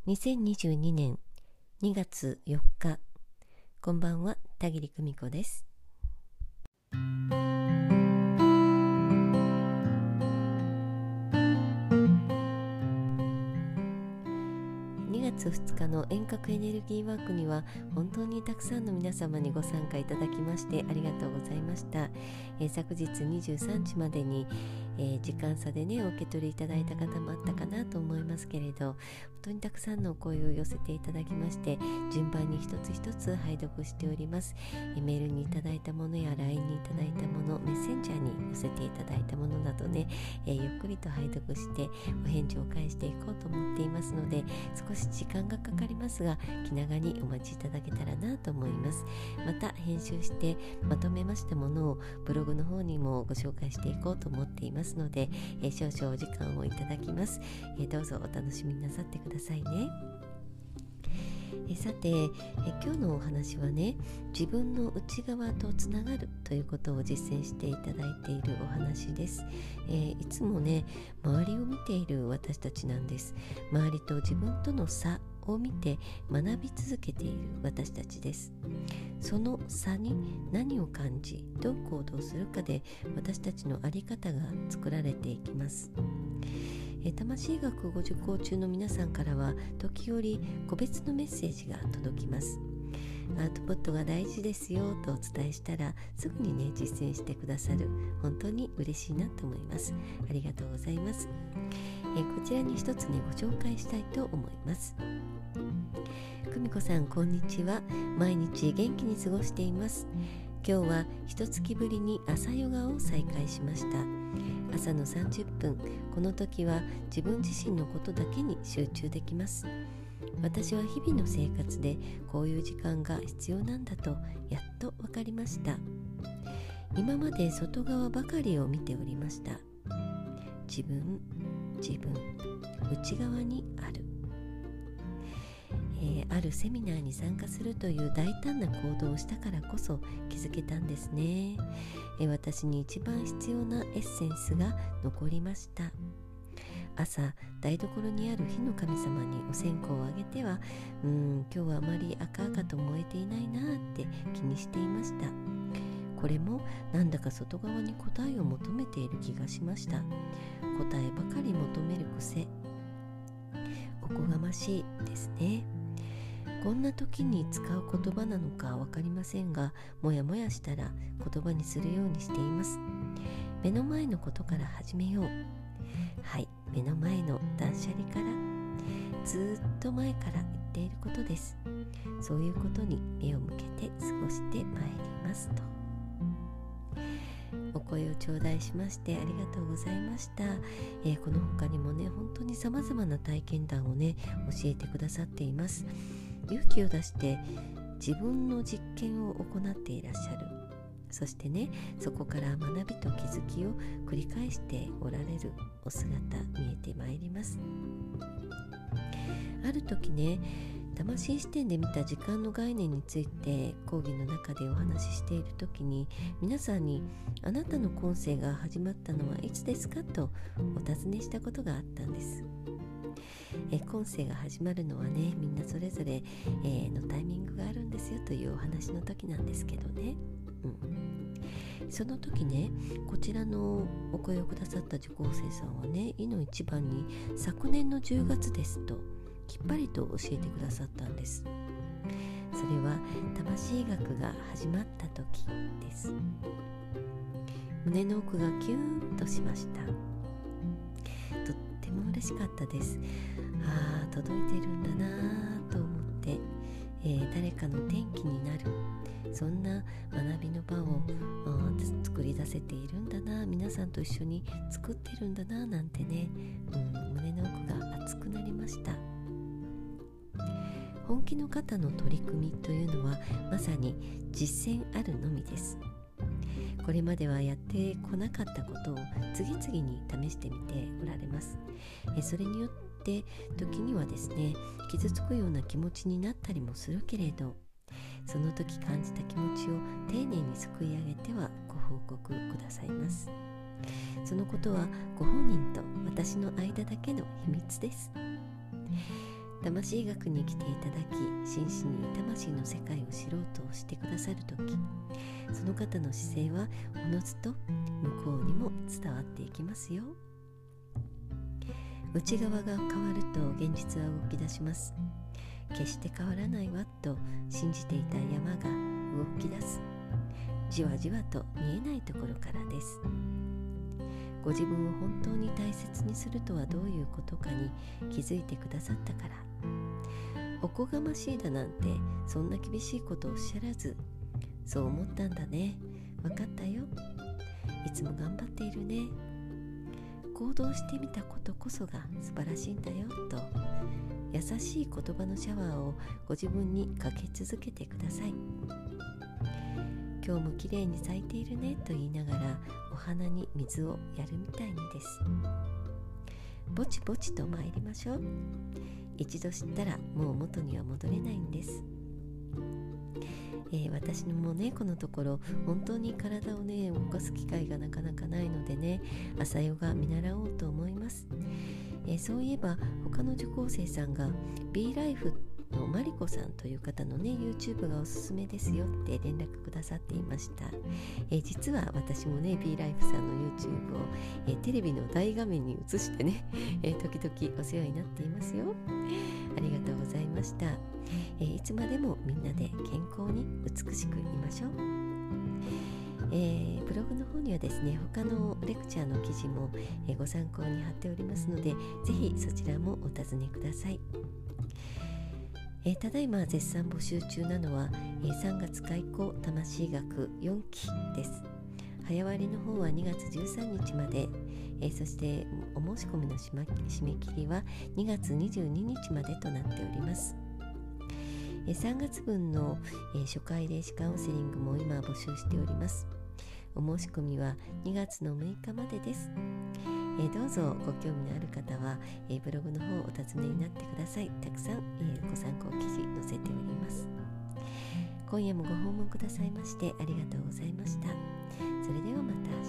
2022年2月4日、こんばんは、田切久美子です。2月2日の遠隔エネルギーワークには本当にたくさんの皆様にご参加いただきましてありがとうございました。昨日23時までに、時間差でねお受け取りいただいた方もあったかなと思いますけれど、本当にたくさんのお声を寄せていただきまして順番に一つ一つ拝読しております。メールにいただいたものや LINE にいただいたもの、メッセンジャーに寄せていただいたものなどね、ゆっくりと拝読してお返事を返していこうと思っていますので、少し時間がかかりますが気長にお待ちいただけたらなと思います。また編集してまとめましたものをブログの方にもご紹介していこうと思っていますので、少々お時間をいただきます。どうぞお楽しみなさってくださいね。さて、今日のお話はね、自分の内側とつながるということを実践していただいているお話です。いつもね周りを見ている私たちなんです。周りと自分との差を見て学び続けている私たちです。その差に何を感じどう行動するかで私たちの在り方が作られていきます。魂学ご受講中の皆さんからは時折個別のメッセージが届きます。アートポットが大事ですよとお伝えしたらすぐにね実践してくださる、本当に嬉しいなと思います。ありがとうございます。こちらに一つねご紹介したいと思います。久美子さん、こんにちは。毎日元気に過ごしています。今日は一月ぶりに朝ヨガを再開しました。朝の30分、この時は自分自身のことだけに集中できます。私は日々の生活でこういう時間が必要なんだとやっと分かりました。今まで外側ばかりを見ておりました。自分、内側にある。あるセミナーに参加するという大胆な行動をしたからこそ気づけたんですね。私に一番必要なエッセンスが残りました。朝台所にある火の神様にお線香をあげては今日はあまり赤々と燃えていないなって気にしていました。これもなんだか外側に答えを求めている気がしました。答えばかり求める癖、おこがましいですね。こんな時に使う言葉なのかわかりませんが、もやもやしたら言葉にするようにしています。目の前のことから始めよう。はい、目の前の断捨離からずっと前から言っていることです。そういうことに目を向けて過ごしてまいりますと。お声を頂戴しましてありがとうございました。この他にもね本当に様々な体験談をね教えてくださっています。勇気を出して自分の実験を行っていらっしゃる。そしてねそこから学びと気づきを繰り返しておられるお姿見えてまいります。ある時ね魂視点で見た時間の概念について講義の中でお話ししている時に皆さんにあなたの今世が始まったのはいつですかとお尋ねしたことがあったんです。今世が始まるのはねみんなそれぞれ、のタイミングがあるんですよというお話の時なんですけどね、その時ねこちらのお声をくださった受講生さんはねいの一番に昨年の10月ですときっぱりと教えてくださったんです。それは魂学が始まった時です。胸の奥がキューンとしました。とっても嬉しかったです。届いてるんだなと思って、誰かの転機になるそんな学びの場を作り出せているんだな、皆さんと一緒に作ってるんだななんてね、胸の奥が熱くなりました。本気の方の取り組みというのはまさに実践あるのみです。これまではやってこなかったことを次々に試してみておられます。それによって時にはですね傷つくような気持ちになったりもするけれど、その時感じた気持ちを丁寧にすくい上げてはご報告くださいます。そのことはご本人と私の間だけの秘密です。 魂学に来ていただき、真摯に魂の世界を知ろうとしてくださるとき、その方の姿勢はおのずと向こうにも伝わっていきますよ。内側が変わると現実は動き出します。決して変わらないわと信じていた山が動き出す。じわじわと見えないところからです。ご自分を本当に大切にするとはどういうことかに気づいてくださったから。おこがましいだなんてそんな厳しいことをおっしゃらず、そう思ったんだね、わかったよ、いつも頑張っているね、行動してみたことこそが素晴らしいんだよと、優しい言葉のシャワーをご自分にかけ続けてください。今日もきれいに咲いているねと言いながらお花に水をやるみたいにです。ぼちぼちと参りましょう。一度知ったらもう元には戻れないんです。私もね、このところ本当に体をね動かす機会がなかなかないのでね、朝ヨガ見習おうと思います。そういえば他の受講生さんが B ライフのマリコさんという方のね YouTube がおすすめですよって連絡くださっていました。実は私もね B ライフさんの YouTube を、テレビの大画面に映してね、時々お世話になっていますよ。ありがとうございました。いつまでもみんなで健康に美しくいましょう。ブログの方にはですね、他のレクチャーの記事も、ご参考に貼っておりますので、ぜひそちらもお尋ねください。ただいま絶賛募集中なのは、3月開講魂学4期です。早割の方は2月13日まで、そしてお申し込みの締め切りは2月22日までとなっております。3月分の、初回霊視カウンセリングも今募集しております。お申し込みは2月の6日までです。どうぞご興味のある方は、ブログの方をお尋ねになってください。たくさん、ご参考記事載せております。今夜もご訪問くださいましてありがとうございました。それではまた明日。